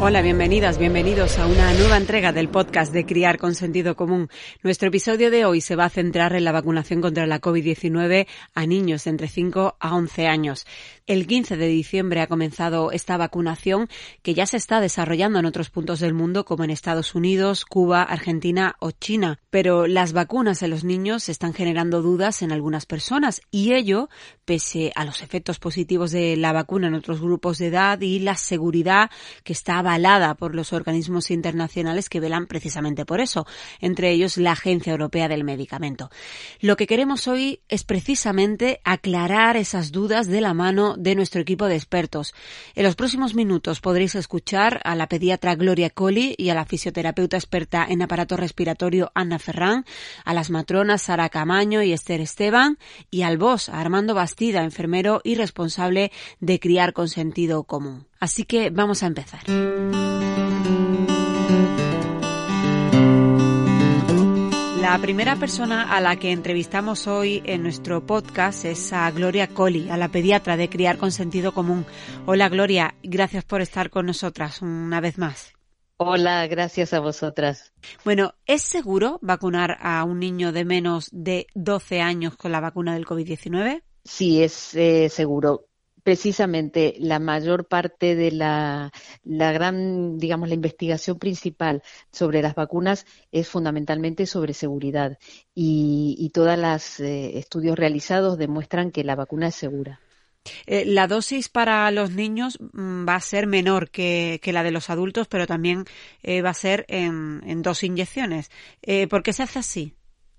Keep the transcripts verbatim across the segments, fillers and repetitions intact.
Hola, bienvenidas, bienvenidos a una nueva entrega del podcast de Criar con Sentido Común. Nuestro episodio de hoy se va a centrar en la vacunación contra la covid diecinueve a niños de entre cinco a once años. El quince de diciembre ha comenzado esta vacunación que ya se está desarrollando en otros puntos del mundo como en Estados Unidos, Cuba, Argentina o China. Pero las vacunas en los niños están generando dudas en algunas personas y ello pese a los efectos positivos de la vacuna en otros grupos de edad y la seguridad que está avalada por los organismos internacionales que velan precisamente por eso, entre ellos la Agencia Europea del Medicamento. Lo que queremos hoy es precisamente aclarar esas dudas de la mano de nuestro equipo de expertos. En los próximos minutos podréis escuchar a la pediatra Gloria Colli y a la fisioterapeuta experta en aparato respiratorio Anna Ferrán, a las matronas Sara Camaño y Esther Esteban y al boss, a Armando Bastida, enfermero y responsable de Criar con Sentido Común. Así que vamos a empezar. La primera persona a la que entrevistamos hoy en nuestro podcast es a Gloria Colli, a la pediatra de Criar con Sentido Común. Hola Gloria, gracias por estar con nosotras una vez más. Hola, gracias a vosotras. Bueno, ¿es seguro vacunar a un niño de menos de doce años con la vacuna del covid diecinueve? Sí, es eh, seguro. Precisamente la mayor parte de la, la gran, digamos, la investigación principal sobre las vacunas es fundamentalmente sobre seguridad y, y todos los eh, estudios realizados demuestran que la vacuna es segura. Eh, la dosis para los niños mm, va a ser menor que, que la de los adultos, pero también eh, va a ser en, en dos inyecciones. Eh, ¿Por qué se hace así?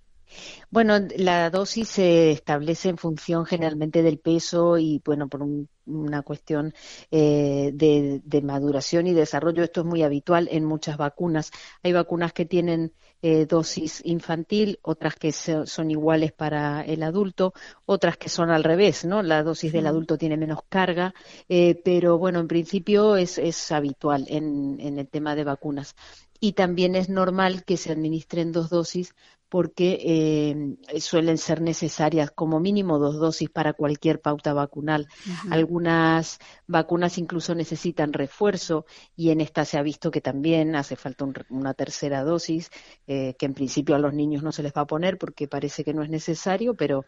Bueno, la dosis se establece en función generalmente del peso y, bueno, por un, una cuestión eh, de, de maduración y desarrollo. Esto es muy habitual en muchas vacunas. Hay vacunas que tienen eh, dosis infantil, otras que se, son iguales para el adulto, otras que son al revés, ¿no? La dosis del adulto tiene menos carga, eh, pero, bueno, en principio es, es habitual en, en el tema de vacunas. Y también es normal que se administren dos dosis porque eh, suelen ser necesarias como mínimo dos dosis para cualquier pauta vacunal. Uh-huh. Algunas vacunas incluso necesitan refuerzo y en esta se ha visto que también hace falta un, una tercera dosis, eh, que en principio a los niños no se les va a poner porque parece que no es necesario, pero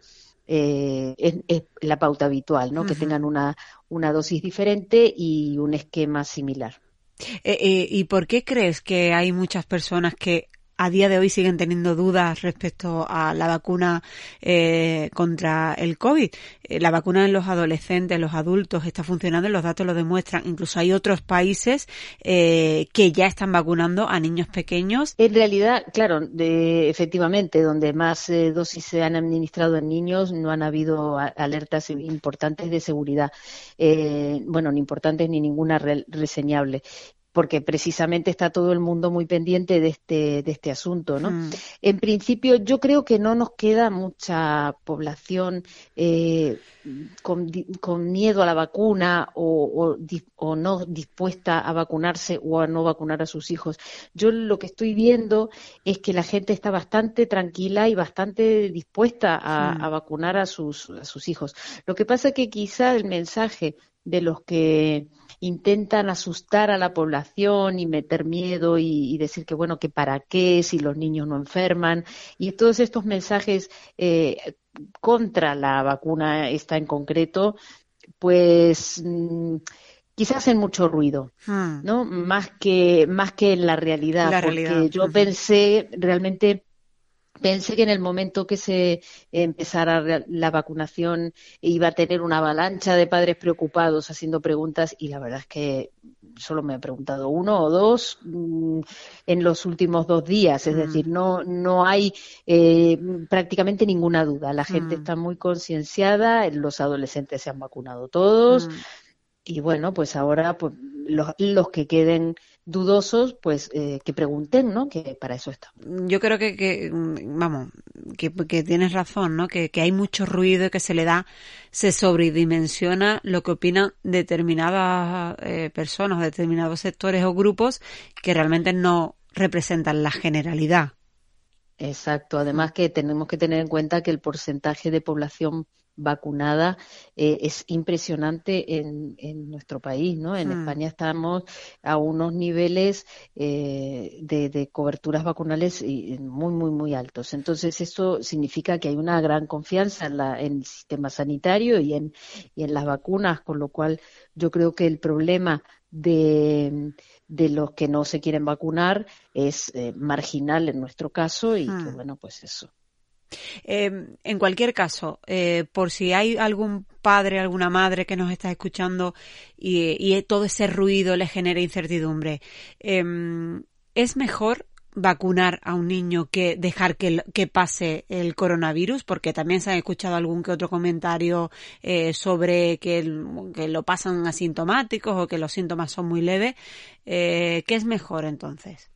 eh, es, es la pauta habitual, ¿no? Uh-huh. Que tengan una, una dosis diferente y un esquema similar. Eh, eh, ¿Y por qué crees que hay muchas personas que a día de hoy siguen teniendo dudas respecto a la vacuna eh, contra el COVID? Eh, la vacuna en los adolescentes, los adultos, está funcionando, los datos lo demuestran. Incluso hay otros países eh, que ya están vacunando a niños pequeños. En realidad, claro, de, efectivamente, donde más eh, dosis se han administrado en niños, no han habido a, alertas importantes de seguridad. Eh, bueno, ni importantes ni ninguna re, reseñable. Porque precisamente está todo el mundo muy pendiente de este de este asunto, ¿no? Mm. En principio, yo creo que no nos queda mucha población eh, con, con miedo a la vacuna o, o, o no dispuesta a vacunarse o a no vacunar a sus hijos. Yo lo que estoy viendo es que la gente está bastante tranquila y bastante dispuesta a, mm. a vacunar a sus a sus hijos. Lo que pasa es que quizá el mensaje de los que intentan asustar a la población y meter miedo y, y decir que bueno, que para qué si los niños no enferman, y todos estos mensajes eh, contra la vacuna esta en concreto, pues mmm, quizás hacen mucho ruido, hmm. ¿no? Más que más que en la realidad, la porque realidad. yo uh-huh. pensé realmente Pensé que en el momento que se empezara la vacunación iba a tener una avalancha de padres preocupados haciendo preguntas y la verdad es que solo me ha preguntado uno o dos mmm, en los últimos dos días, es mm. decir, no no hay eh, prácticamente ninguna duda. La gente mm. está muy concienciada, los adolescentes se han vacunado todos mm. y bueno, pues ahora pues los, los que queden dudosos, pues eh, que pregunten, ¿no? Que para eso está. Yo creo que, que vamos, que, que tienes razón, ¿no? Que, que hay mucho ruido y que se le da, se sobredimensiona lo que opinan determinadas eh, personas, determinados sectores o grupos que realmente no representan la generalidad. Exacto. Además que tenemos que tener en cuenta que el porcentaje de población vacunada eh, es impresionante en, en nuestro país, ¿no? En Hmm. España estamos a unos niveles eh, de, de coberturas vacunales muy, muy, muy altos. Entonces, esto significa que hay una gran confianza en, la, en el sistema sanitario y en, y en las vacunas, con lo cual yo creo que el problema de, de los que no se quieren vacunar es eh, marginal en nuestro caso y hmm. que, bueno, pues eso. Eh, en cualquier caso, eh, por si hay algún padre, alguna madre que nos está escuchando y, y todo ese ruido le genera incertidumbre, eh, ¿es mejor vacunar a un niño que dejar que, que pase el coronavirus? Porque también se ha escuchado algún que otro comentario eh, sobre que, el, que lo pasan asintomáticos o que los síntomas son muy leves. Eh, ¿Qué es mejor entonces?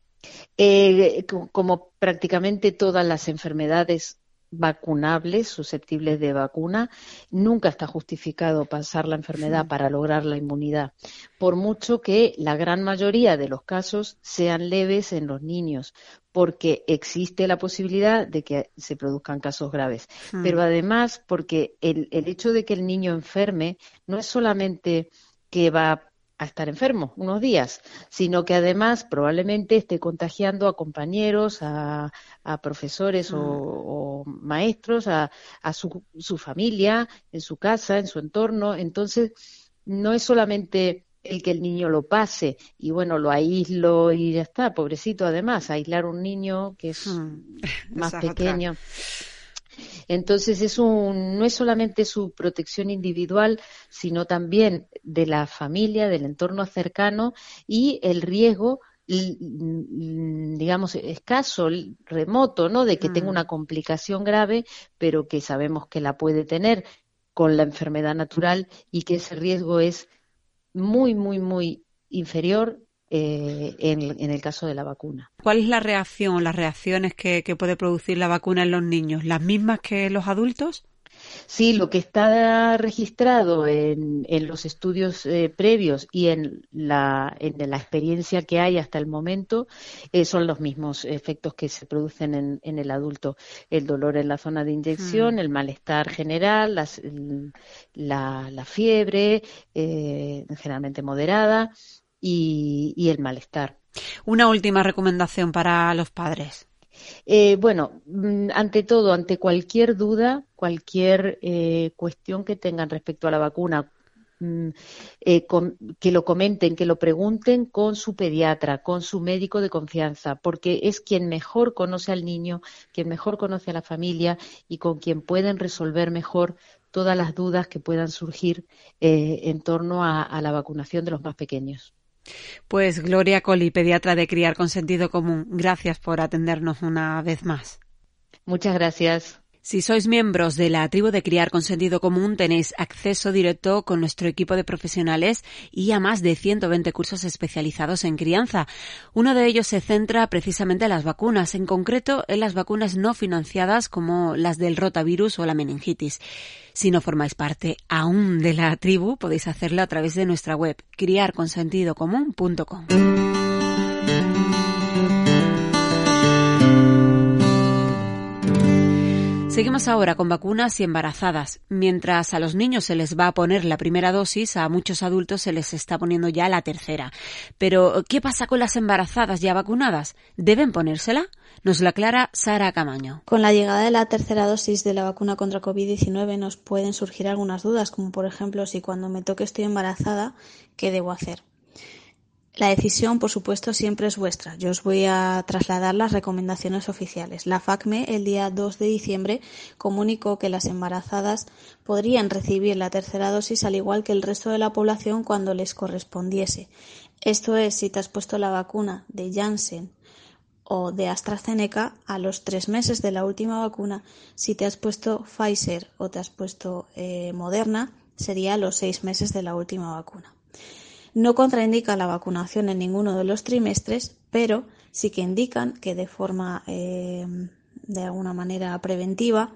Eh, como prácticamente todas las enfermedades vacunables, susceptibles de vacuna, nunca está justificado pasar la enfermedad para lograr la inmunidad, por mucho que la gran mayoría de los casos sean leves en los niños, porque existe la posibilidad de que se produzcan casos graves. Hmm. Pero además, porque el, el hecho de que el niño enferme no es solamente que va a estar enfermo unos días, sino que además probablemente esté contagiando a compañeros, a, a profesores mm. o, o maestros, a, a su, su familia, en su casa, en su entorno. Entonces, no es solamente el que el niño lo pase y bueno, lo aíslo y ya está, pobrecito además, aislar un niño que es mm. más pequeño. Otra. Entonces es un, no es solamente su protección individual, sino también de la familia, del entorno cercano y el riesgo, digamos, escaso, remoto, ¿no? De que tenga una complicación grave, pero que sabemos que la puede tener con la enfermedad natural y que ese riesgo es muy, muy, muy inferior Eh, en, en el caso de la vacuna. ¿Cuál es la reacción, las reacciones que, que puede producir la vacuna en los niños? ¿Las mismas que los adultos? Sí, lo que está registrado en, en los estudios eh, previos y en la, en la experiencia que hay hasta el momento eh, son los mismos efectos que se producen en, en el adulto. El dolor en la zona de inyección, mm. el malestar general, las, la, la fiebre, eh, generalmente moderada, y, y el malestar. Una última recomendación para los padres. Eh, bueno, ante todo, ante cualquier duda, cualquier eh, cuestión que tengan respecto a la vacuna, eh, con, que lo comenten, que lo pregunten con su pediatra, con su médico de confianza, porque es quien mejor conoce al niño, quien mejor conoce a la familia y con quien pueden resolver mejor todas las dudas que puedan surgir eh, en torno a, a la vacunación de los más pequeños. Pues Gloria Colli, pediatra de Criar con Sentido Común, gracias por atendernos una vez más. Muchas gracias. Si sois miembros de la tribu de Criar con Sentido Común, tenéis acceso directo con nuestro equipo de profesionales y a más de ciento veinte cursos especializados en crianza. Uno de ellos se centra precisamente en las vacunas, en concreto en las vacunas no financiadas como las del rotavirus o la meningitis. Si no formáis parte aún de la tribu, podéis hacerlo a través de nuestra web criar con sentido común punto com. Seguimos ahora con vacunas y embarazadas. Mientras a los niños se les va a poner la primera dosis, a muchos adultos se les está poniendo ya la tercera. Pero, ¿qué pasa con las embarazadas ya vacunadas? ¿Deben ponérsela? Nos lo aclara Sara Camaño. Con la llegada de la tercera dosis de la vacuna contra covid diecinueve nos pueden surgir algunas dudas, como por ejemplo, si cuando me toque estoy embarazada, ¿qué debo hacer? La decisión, por supuesto, siempre es vuestra. Yo os voy a trasladar las recomendaciones oficiales. La FACME, el día dos de diciembre, comunicó que las embarazadas podrían recibir la tercera dosis al igual que el resto de la población cuando les correspondiese. Esto es, si te has puesto la vacuna de Janssen o de AstraZeneca a los tres meses de la última vacuna. Si te has puesto Pfizer o te has puesto eh, Moderna, sería a los seis meses de la última vacuna. No contraindica la vacunación en ninguno de los trimestres, pero sí que indican que de forma, eh, de alguna manera preventiva,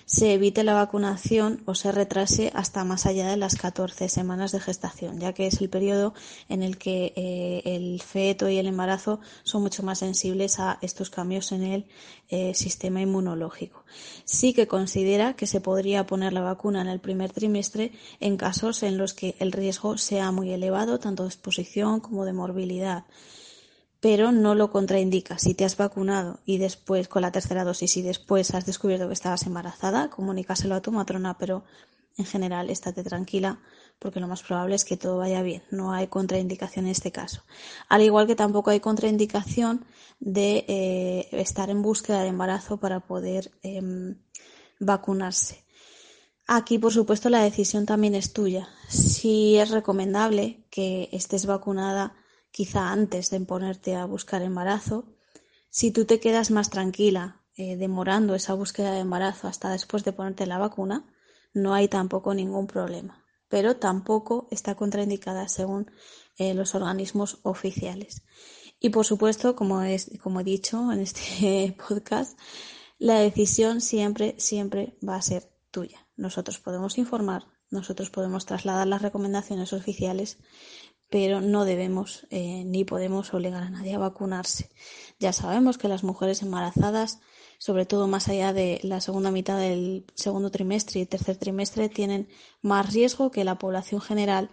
se evite la vacunación o se retrase hasta más allá de las catorce semanas de gestación, ya que es el periodo en el que eh, el feto y el embarazo son mucho más sensibles a estos cambios en el eh, sistema inmunológico. Sí que considera que se podría poner la vacuna en el primer trimestre en casos en los que el riesgo sea muy elevado, tanto de exposición como de morbilidad, pero no lo contraindica. Si te has vacunado y después con la tercera dosis y después has descubierto que estabas embarazada, comunícaselo a tu matrona, pero en general estate tranquila porque lo más probable es que todo vaya bien. No hay contraindicación en este caso. Al igual que tampoco hay contraindicación de eh, estar en búsqueda de embarazo para poder eh, vacunarse. Aquí, por supuesto, la decisión también es tuya. Sí es recomendable que estés vacunada quizá antes de ponerte a buscar embarazo. Si tú te quedas más tranquila eh, demorando esa búsqueda de embarazo hasta después de ponerte la vacuna, no hay tampoco ningún problema. Pero tampoco está contraindicada según eh, los organismos oficiales. Y por supuesto, como, es, como he dicho en este podcast, la decisión siempre, siempre va a ser tuya. Nosotros podemos informar, nosotros podemos trasladar las recomendaciones oficiales, pero no debemos eh, ni podemos obligar a nadie a vacunarse. Ya sabemos que las mujeres embarazadas, sobre todo más allá de la segunda mitad del segundo trimestre y tercer trimestre, tienen más riesgo que la población general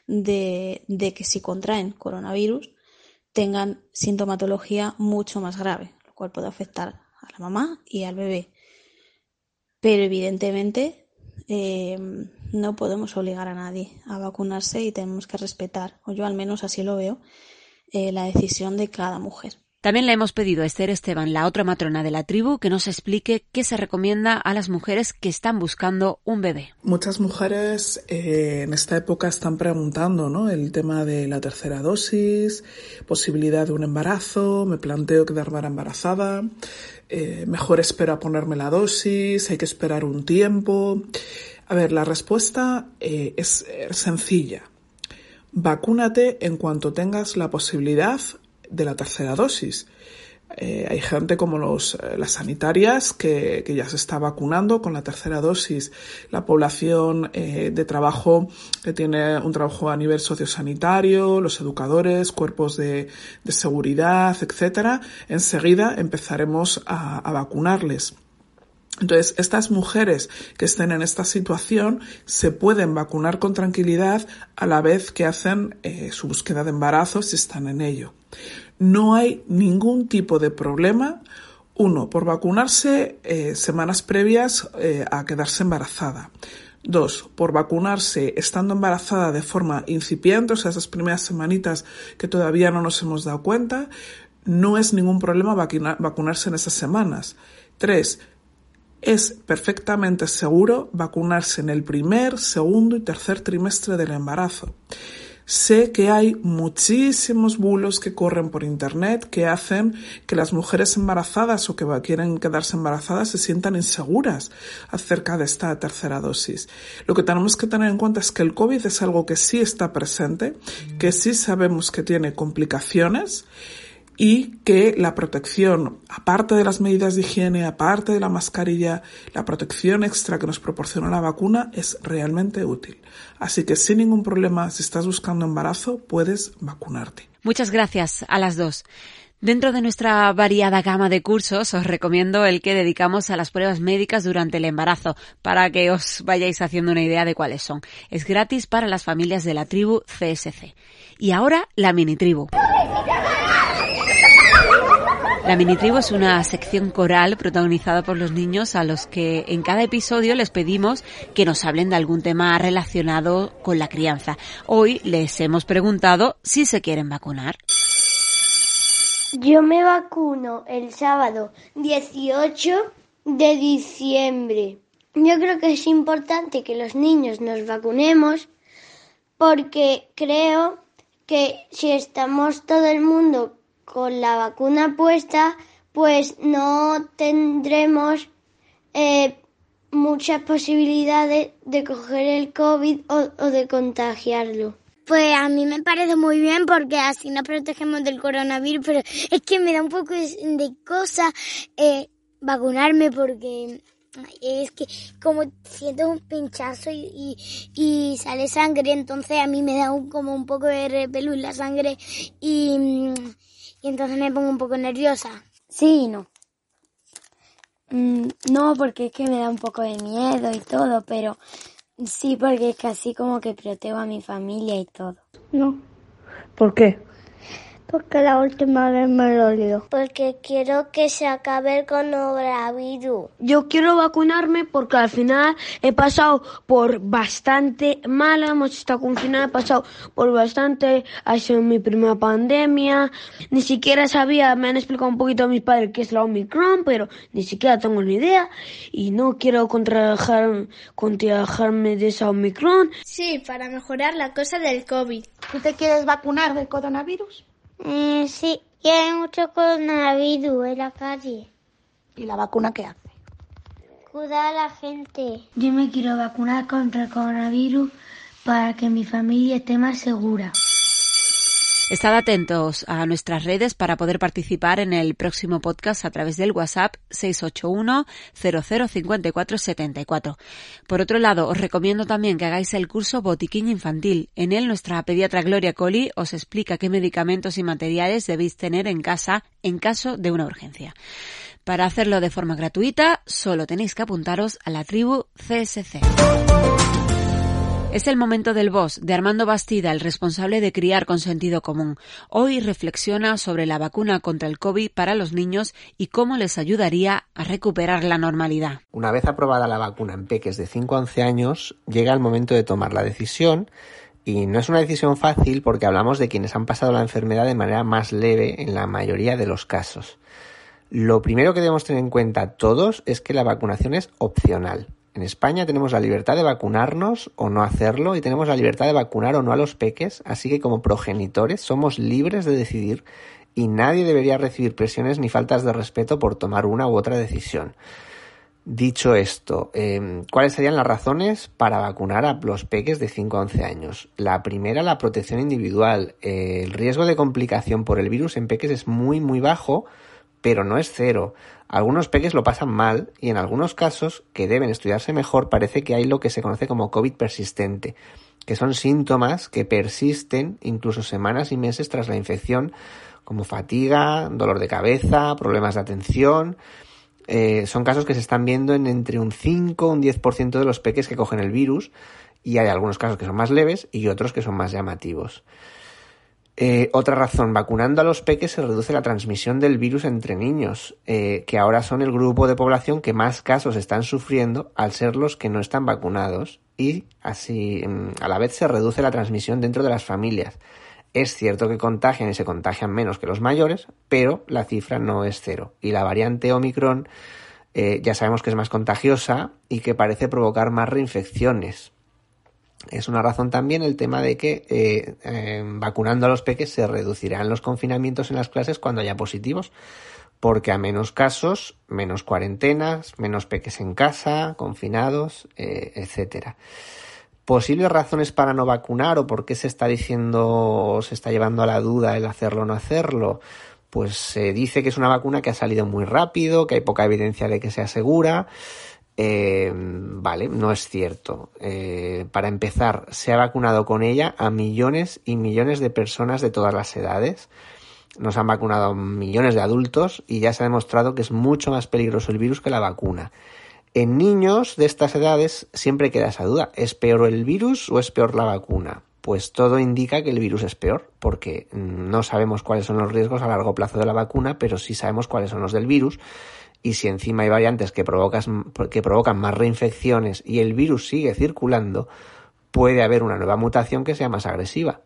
de, de que si contraen coronavirus tengan sintomatología mucho más grave, lo cual puede afectar a la mamá y al bebé. Pero evidentemente eh, no podemos obligar a nadie a vacunarse y tenemos que respetar, o yo al menos así lo veo, eh, la decisión de cada mujer. También le hemos pedido a Esther Esteban, la otra matrona de la tribu, que nos explique qué se recomienda a las mujeres que están buscando un bebé. Muchas mujeres eh, en esta época están preguntando, ¿no?, el tema de la tercera dosis, posibilidad de un embarazo, me planteo quedarme embarazada, eh, mejor espero a ponerme la dosis, hay que esperar un tiempo. A ver, la respuesta eh, es sencilla. Vacúnate en cuanto tengas la posibilidad de la tercera dosis. Eh, hay gente como los, eh, las sanitarias que, que ya se está vacunando con la tercera dosis. La población eh, de trabajo que tiene un trabajo a nivel sociosanitario, los educadores, cuerpos de, de seguridad, etcétera. Enseguida empezaremos a, a vacunarles. Entonces, estas mujeres que estén en esta situación se pueden vacunar con tranquilidad a la vez que hacen eh, su búsqueda de embarazo si están en ello. No hay ningún tipo de problema, uno, por vacunarse eh, semanas previas eh, a quedarse embarazada. Dos, por vacunarse estando embarazada de forma incipiente, o sea, esas primeras semanitas que todavía no nos hemos dado cuenta, no es ningún problema vacuna- vacunarse en esas semanas. Tres, es perfectamente seguro vacunarse en el primer, segundo y tercer trimestre del embarazo. Sé que hay muchísimos bulos que corren por internet que hacen que las mujeres embarazadas o que quieren quedarse embarazadas se sientan inseguras acerca de esta tercera dosis. Lo que tenemos que tener en cuenta es que el COVID es algo que sí está presente, que sí sabemos que tiene complicaciones, y que la protección, aparte de las medidas de higiene, aparte de la mascarilla, la protección extra que nos proporciona la vacuna es realmente útil. Así que sin ningún problema, si estás buscando embarazo, puedes vacunarte. Muchas gracias a las dos. Dentro de nuestra variada gama de cursos, os recomiendo el que dedicamos a las pruebas médicas durante el embarazo, para que os vayáis haciendo una idea de cuáles son. Es gratis para las familias de la tribu C S C. Y ahora, la mini tribu. La mini tribu es una sección coral protagonizada por los niños a los que en cada episodio les pedimos que nos hablen de algún tema relacionado con la crianza. Hoy les hemos preguntado si se quieren vacunar. Yo me vacuno el sábado dieciocho de diciembre. Yo creo que es importante que los niños nos vacunemos porque creo que si estamos todo el mundo con la vacuna puesta, pues no tendremos eh, muchas posibilidades de coger el COVID o, o de contagiarlo. Pues a mí me parece muy bien porque así nos protegemos del coronavirus, pero es que me da un poco de cosa eh, vacunarme porque es que como siento un pinchazo y, y, y sale sangre, entonces a mí me da un, como un poco de repelús la sangre y, y entonces me pongo un poco nerviosa. Sí y no. Mm, no, porque es que me da un poco de miedo y todo, pero sí, porque es que así como que protejo a mi familia y todo. No, ¿Por qué? porque la última vez me dolió. Porque quiero que se acabe el coronavirus. Yo quiero vacunarme porque al final he pasado por bastante mal, hemos estado confinados, he pasado por bastante, ha sido mi primera pandemia, ni siquiera sabía, me han explicado un poquito a mis padres qué es la Omicron, pero ni siquiera tengo ni idea y no quiero contrajar, contagiarme de esa Omicron. Sí, para mejorar la cosa del COVID. ¿Tú te quieres vacunar del coronavirus? Eh, sí, y hay mucho coronavirus en la calle. ¿Y la vacuna qué hace? Cuida a la gente. Yo me quiero vacunar contra el coronavirus para que mi familia esté más segura. Estad atentos a nuestras redes para poder participar en el próximo podcast a través del WhatsApp seis ocho uno, cero cero cinco cuatro siete cuatro. Por otro lado, os recomiendo también que hagáis el curso Botiquín Infantil. En él, nuestra pediatra Gloria Colli os explica qué medicamentos y materiales debéis tener en casa en caso de una urgencia. Para hacerlo de forma gratuita, solo tenéis que apuntaros a la tribu C S C. Es el momento del boss, de Armando Bastida, el responsable de Criar con Sentido Común. Hoy reflexiona sobre la vacuna contra el COVID para los niños y cómo les ayudaría a recuperar la normalidad. Una vez aprobada la vacuna en peques de cinco a once años, llega el momento de tomar la decisión y no es una decisión fácil porque hablamos de quienes han pasado la enfermedad de manera más leve en la mayoría de los casos. Lo primero que debemos tener en cuenta todos es que la vacunación es opcional. En España tenemos la libertad de vacunarnos o no hacerlo y tenemos la libertad de vacunar o no a los peques, así que como progenitores somos libres de decidir y nadie debería recibir presiones ni faltas de respeto por tomar una u otra decisión. Dicho esto, eh, ¿cuáles serían las razones para vacunar a los peques de cinco a once años? La primera, la protección individual. Eh, el riesgo de complicación por el virus en peques es muy muy bajo, pero no es cero. Algunos peques lo pasan mal y en algunos casos, que deben estudiarse mejor, parece que hay lo que se conoce como COVID persistente, que son síntomas que persisten incluso semanas y meses tras la infección, como fatiga, dolor de cabeza, problemas de atención. Eh, son casos que se están viendo en entre un cinco o un diez por ciento de los peques que cogen el virus y hay algunos casos que son más leves y otros que son más llamativos. Eh, otra razón, vacunando a los peques se reduce la transmisión del virus entre niños, eh, que ahora son el grupo de población que más casos están sufriendo al ser los que no están vacunados y así a la vez se reduce la transmisión dentro de las familias. Es cierto que contagian y se contagian menos que los mayores, pero la cifra no es cero y la variante Omicron eh, ya sabemos que es más contagiosa y que parece provocar más reinfecciones. Es una razón también el tema de que eh, eh, vacunando a los peques se reducirán los confinamientos en las clases cuando haya positivos, porque a menos casos, menos cuarentenas, menos peques en casa, confinados, eh, etcétera. Posibles razones para no vacunar o por qué se está diciendo o se está llevando a la duda el hacerlo o no hacerlo. Pues se dice que es una vacuna que ha salido muy rápido, que hay poca evidencia de que sea segura. Eh, vale, no es cierto. Eh, para empezar, se ha vacunado con ella a millones y millones de personas de todas las edades. Nos han vacunado a millones de adultos y ya se ha demostrado que es mucho más peligroso el virus que la vacuna. En niños de estas edades siempre queda esa duda. ¿Es peor el virus o es peor la vacuna? Pues todo indica que el virus es peor, porque no sabemos cuáles son los riesgos a largo plazo de la vacuna, pero sí sabemos cuáles son los del virus. Y si encima hay variantes que provocan, que provocan más reinfecciones y el virus sigue circulando, puede haber una nueva mutación que sea más agresiva.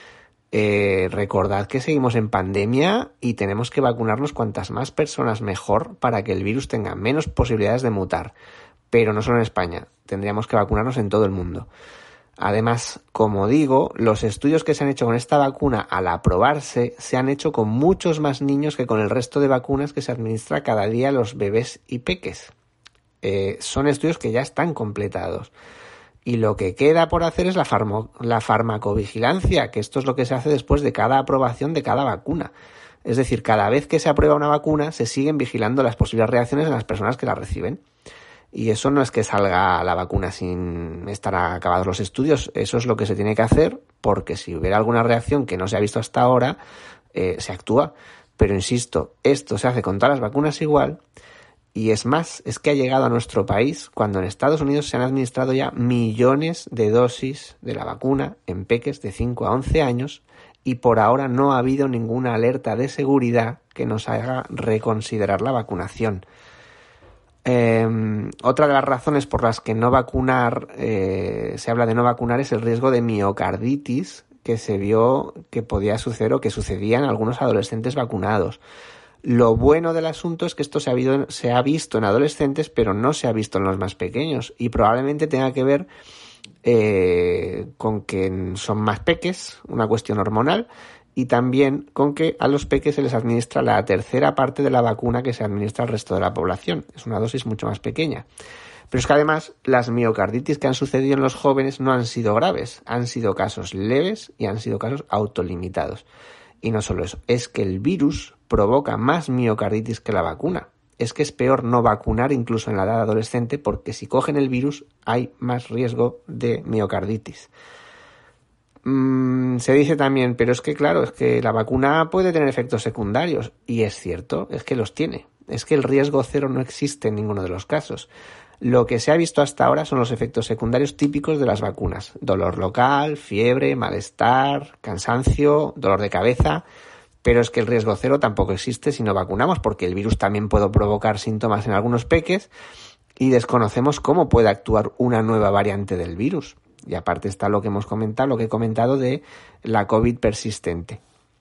Eh, recordad que seguimos en pandemia y tenemos que vacunarnos cuantas más personas mejor para que el virus tenga menos posibilidades de mutar. Pero no solo en España, tendríamos que vacunarnos en todo el mundo. Además, como digo, los estudios que se han hecho con esta vacuna al aprobarse se han hecho con muchos más niños que con el resto de vacunas que se administra cada día a los bebés y peques. Eh, son estudios que ya están completados. Y lo que queda por hacer es la, farmo- la farmacovigilancia, que esto es lo que se hace después de cada aprobación de cada vacuna. Es decir, cada vez que se aprueba una vacuna se siguen vigilando las posibles reacciones en las personas que la reciben. Y eso no es que salga la vacuna sin estar acabados los estudios, eso es lo que se tiene que hacer, porque si hubiera alguna reacción que no se ha visto hasta ahora, eh, se actúa. Pero insisto, esto se hace con todas las vacunas igual, y es más, es que ha llegado a nuestro país cuando en Estados Unidos se han administrado ya millones de dosis de la vacuna en peques de cinco a once años, y por ahora no ha habido ninguna alerta de seguridad que nos haga reconsiderar la vacunación. Eh, otra de las razones por las que no vacunar, eh, se habla de no vacunar, es el riesgo de miocarditis que se vio que podía suceder o que sucedía en algunos adolescentes vacunados. Lo bueno del asunto es que esto se ha, habido, se ha visto en adolescentes, pero no se ha visto en los más pequeños, y probablemente tenga que ver eh, con que son más peques, una cuestión hormonal, y también con que a los peques se les administra la tercera parte de la vacuna que se administra al resto de la población. Es una dosis mucho más pequeña. Pero es que además las miocarditis que han sucedido en los jóvenes no han sido graves, han sido casos leves y han sido casos autolimitados. Y no solo eso, es que el virus provoca más miocarditis que la vacuna. Es que es peor no vacunar incluso en la edad adolescente, porque si cogen el virus hay más riesgo de miocarditis. Se dice también, pero es que claro, es que la vacuna puede tener efectos secundarios, y es cierto, es que los tiene. Es que el riesgo cero no existe en ninguno de los casos. Lo que se ha visto hasta ahora son los efectos secundarios típicos de las vacunas: dolor local, fiebre, malestar, cansancio, dolor de cabeza. Pero es que el riesgo cero tampoco existe si no vacunamos, porque el virus también puede provocar síntomas en algunos peques, y desconocemos cómo puede actuar una nueva variante del virus. Y aparte está lo que hemos comentado, lo que he comentado de la COVID persistente.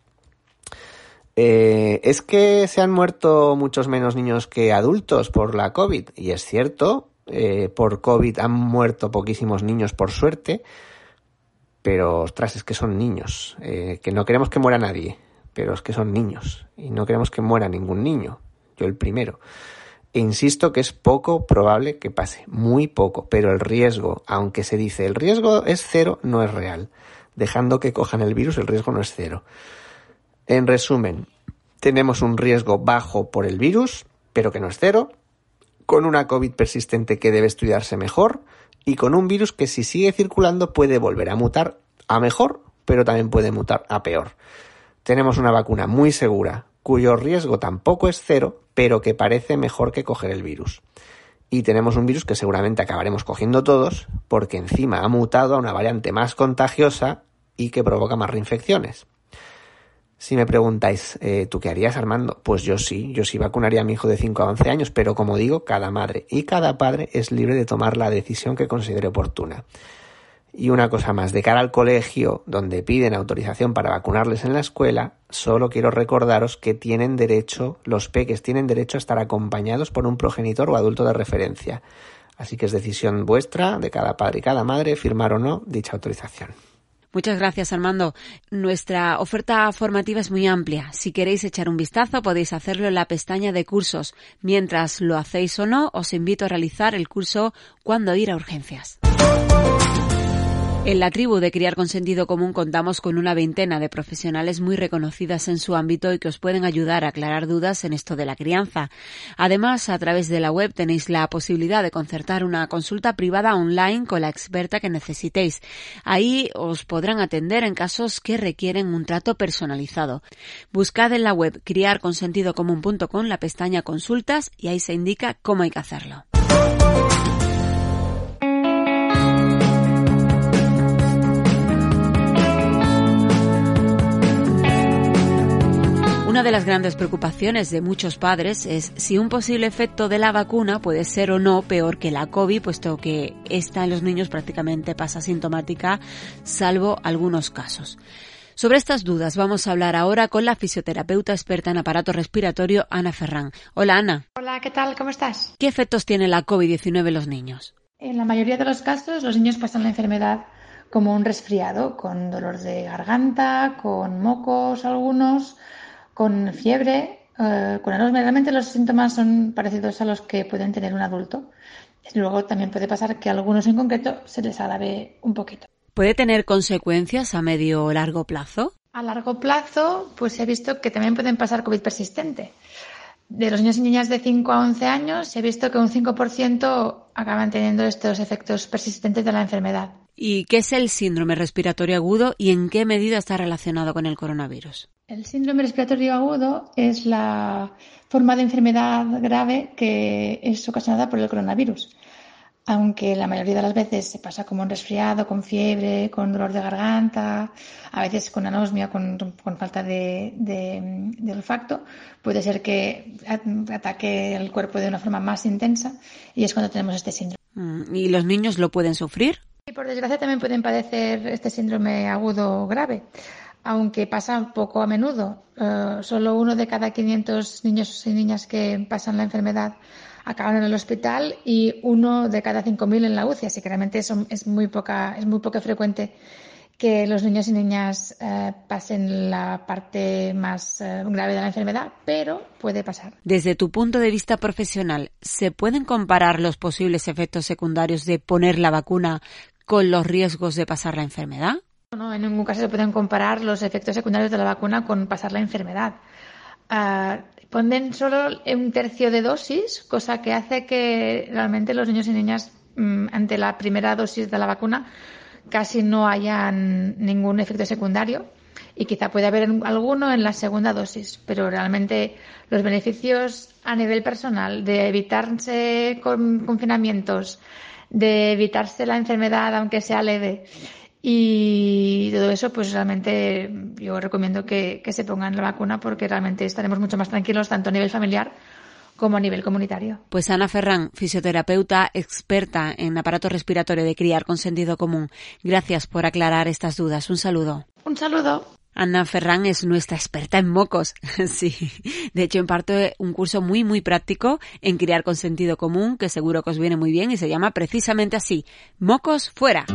Eh, es que se han muerto muchos menos niños que adultos por la COVID. Y es cierto, eh, por COVID han muerto poquísimos niños, por suerte. Pero, ostras, es que son niños. Eh, que no queremos que muera nadie, pero es que son niños. Y no queremos que muera ningún niño. Yo el primero. E insisto que es poco probable que pase, muy poco, pero el riesgo, aunque se dice el riesgo es cero, no es real. Dejando que cojan el virus, el riesgo no es cero. En resumen, tenemos un riesgo bajo por el virus, pero que no es cero, con una COVID persistente que debe estudiarse mejor, y con un virus que si sigue circulando puede volver a mutar a mejor, pero también puede mutar a peor. Tenemos una vacuna muy segura, cuyo riesgo tampoco es cero, pero que parece mejor que coger el virus. Y tenemos un virus que seguramente acabaremos cogiendo todos, porque encima ha mutado a una variante más contagiosa y que provoca más reinfecciones. Si me preguntáis, eh, ¿tú qué harías, Armando? Pues yo sí, yo sí vacunaría a mi hijo de cinco a once años, pero como digo, cada madre y cada padre es libre de tomar la decisión que considere oportuna. Y una cosa más, de cara al colegio, donde piden autorización para vacunarles en la escuela, solo quiero recordaros que tienen derecho, los peques tienen derecho a estar acompañados por un progenitor o adulto de referencia. Así que es decisión vuestra, de cada padre y cada madre, firmar o no dicha autorización. Muchas gracias, Armando. Nuestra oferta formativa es muy amplia. Si queréis echar un vistazo, podéis hacerlo en la pestaña de cursos. Mientras lo hacéis o no, os invito a realizar el curso ¿Cuándo ir a urgencias? En la tribu de Criar con Sentido Común contamos con una veintena de profesionales muy reconocidas en su ámbito y que os pueden ayudar a aclarar dudas en esto de la crianza. Además, a través de la web tenéis la posibilidad de concertar una consulta privada online con la experta que necesitéis. Ahí os podrán atender en casos que requieren un trato personalizado. Buscad en la web criar con sentido común punto com la pestaña Consultas y ahí se indica cómo hay que hacerlo. Una de las grandes preocupaciones de muchos padres es si un posible efecto de la vacuna puede ser o no peor que la COVID, puesto que esta en los niños prácticamente pasa asintomática, salvo algunos casos. Sobre estas dudas vamos a hablar ahora con la fisioterapeuta experta en aparato respiratorio, Ana Ferrán. Hola, Ana. Hola, ¿qué tal? ¿Cómo estás? ¿Qué efectos tiene la COVID diecinueve en los niños? En la mayoría de los casos, los niños pasan la enfermedad como un resfriado, con dolor de garganta, con mocos algunos, con fiebre, eh, con anosmia. Realmente los síntomas son parecidos a los que pueden tener un adulto. Luego también puede pasar que a algunos en concreto se les agrave un poquito. ¿Puede tener consecuencias a medio o largo plazo? A largo plazo, pues se ha visto que también pueden pasar COVID persistente. De los niños y niñas de cinco a once años se ha visto que un cinco por ciento acaban teniendo estos efectos persistentes de la enfermedad. ¿Y qué es el síndrome respiratorio agudo y en qué medida está relacionado con el coronavirus? El síndrome respiratorio agudo es la forma de enfermedad grave que es ocasionada por el coronavirus. Aunque la mayoría de las veces se pasa como un resfriado, con fiebre, con dolor de garganta, a veces con anosmia, con, con falta de, de, de olfacto, puede ser que ataque el cuerpo de una forma más intensa y es cuando tenemos este síndrome. ¿Y los niños lo pueden sufrir? Y por desgracia también pueden padecer este síndrome agudo grave, aunque pasa poco a menudo. Uh, solo uno de cada quinientos niños y niñas que pasan la enfermedad acaban en el hospital y uno de cada cinco mil en la U C I, así que realmente eso es muy poca, es muy poco frecuente que los niños y niñas eh, pasen la parte más eh, grave de la enfermedad, pero puede pasar. Desde tu punto de vista profesional, ¿se pueden comparar los posibles efectos secundarios de poner la vacuna con los riesgos de pasar la enfermedad? No, en ningún caso se pueden comparar los efectos secundarios de la vacuna con pasar la enfermedad. Uh, ponen solo un tercio de dosis, cosa que hace que realmente los niños y niñas mmm, ante la primera dosis de la vacuna casi no hayan ningún efecto secundario y quizá pueda haber alguno en la segunda dosis, pero realmente los beneficios a nivel personal de evitarse con confinamientos, de evitarse la enfermedad aunque sea leve y todo eso, pues realmente yo recomiendo que, que se pongan la vacuna porque realmente estaremos mucho más tranquilos tanto a nivel familiar como a nivel comunitario. Pues Ana Ferrán, fisioterapeuta experta en aparato respiratorio de Criar con Sentido Común, gracias por aclarar estas dudas. Un saludo. Un saludo. Ana Ferrán es nuestra experta en mocos. Sí, de hecho imparte un curso muy muy práctico en Criar con Sentido Común que seguro que os viene muy bien y se llama precisamente así, Mocos Fuera.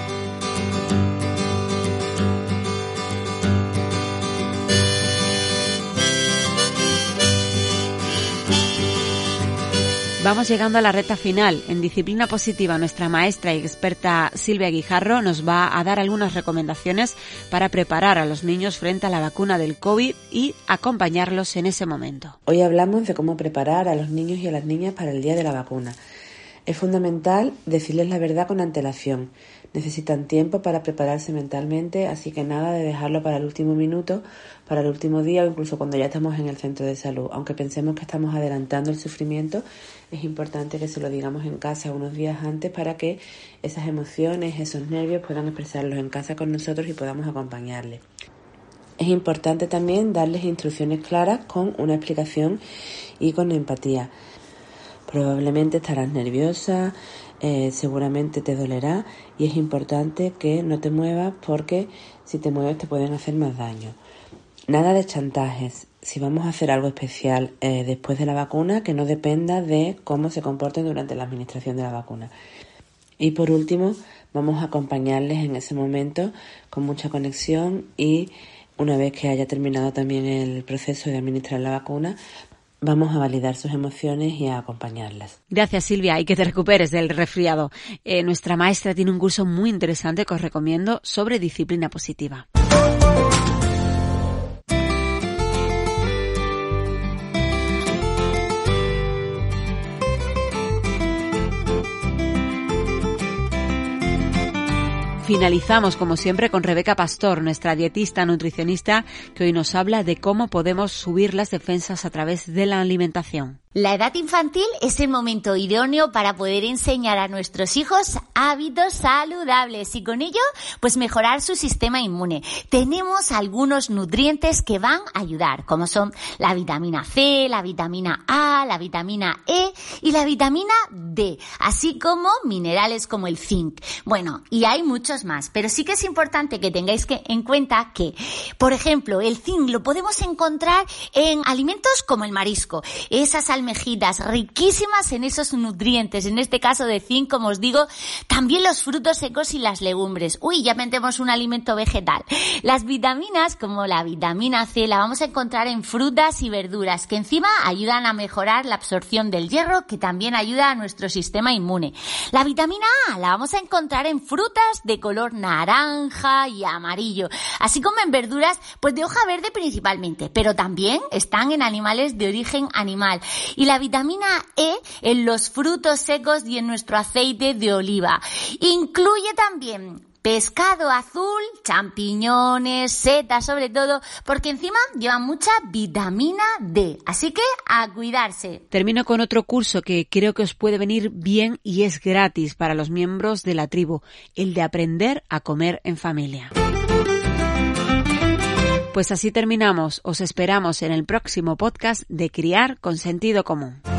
Vamos llegando a la recta final. En disciplina positiva, nuestra maestra y experta Silvia Guijarro nos va a dar algunas recomendaciones para preparar a los niños frente a la vacuna del COVID y acompañarlos en ese momento. Hoy hablamos de cómo preparar a los niños y a las niñas para el día de la vacuna. Es fundamental decirles la verdad con antelación. Necesitan tiempo para prepararse mentalmente, así que nada de dejarlo para el último minuto, para el último día o incluso cuando ya estamos en el centro de salud. Aunque pensemos que estamos adelantando el sufrimiento, es importante que se lo digamos en casa unos días antes para que esas emociones, esos nervios puedan expresarlos en casa con nosotros y podamos acompañarles. Es importante también darles instrucciones claras con una explicación y con empatía. Probablemente estarás nerviosa, eh, seguramente te dolerá y es importante que no te muevas porque si te mueves te pueden hacer más daño. Nada de chantajes. Si vamos a hacer algo especial eh, después de la vacuna, que no dependa de cómo se comporten durante la administración de la vacuna. Y por último, vamos a acompañarles en ese momento con mucha conexión y una vez que haya terminado también el proceso de administrar la vacuna, vamos a validar sus emociones y a acompañarlas. Gracias, Silvia, y que te recuperes del resfriado. Eh, nuestra maestra tiene un curso muy interesante que os recomiendo sobre disciplina positiva. Finalizamos, como siempre, con Rebeca Pastor, nuestra dietista nutricionista, que hoy nos habla de cómo podemos subir las defensas a través de la alimentación. La edad infantil es el momento idóneo para poder enseñar a nuestros hijos hábitos saludables y con ello pues mejorar su sistema inmune. Tenemos algunos nutrientes que van a ayudar, como son la vitamina C, la vitamina A, la vitamina E y la vitamina D, así como minerales como el zinc. Bueno, y hay muchos más, pero sí que es importante que tengáis que, en cuenta que, por ejemplo, el zinc lo podemos encontrar en alimentos como el marisco, esas almejas almejitas, riquísimas en esos nutrientes, en este caso de zinc, como os digo, también los frutos secos y las legumbres. Uy, ya metemos un alimento vegetal. Las vitaminas, como la vitamina C, la vamos a encontrar en frutas y verduras, que encima ayudan a mejorar la absorción del hierro, que también ayuda a nuestro sistema inmune. La vitamina A la vamos a encontrar en frutas de color naranja y amarillo, así como en verduras pues de hoja verde principalmente, pero también están en animales de origen animal. Y la vitamina E en los frutos secos y en nuestro aceite de oliva. Incluye también pescado azul, champiñones, setas sobre todo, porque encima lleva mucha vitamina D. Así que a cuidarse. Termino con otro curso que creo que os puede venir bien y es gratis para los miembros de la tribu, el de aprender a comer en familia. Pues así terminamos. Os esperamos en el próximo podcast de Criar con Sentido Común.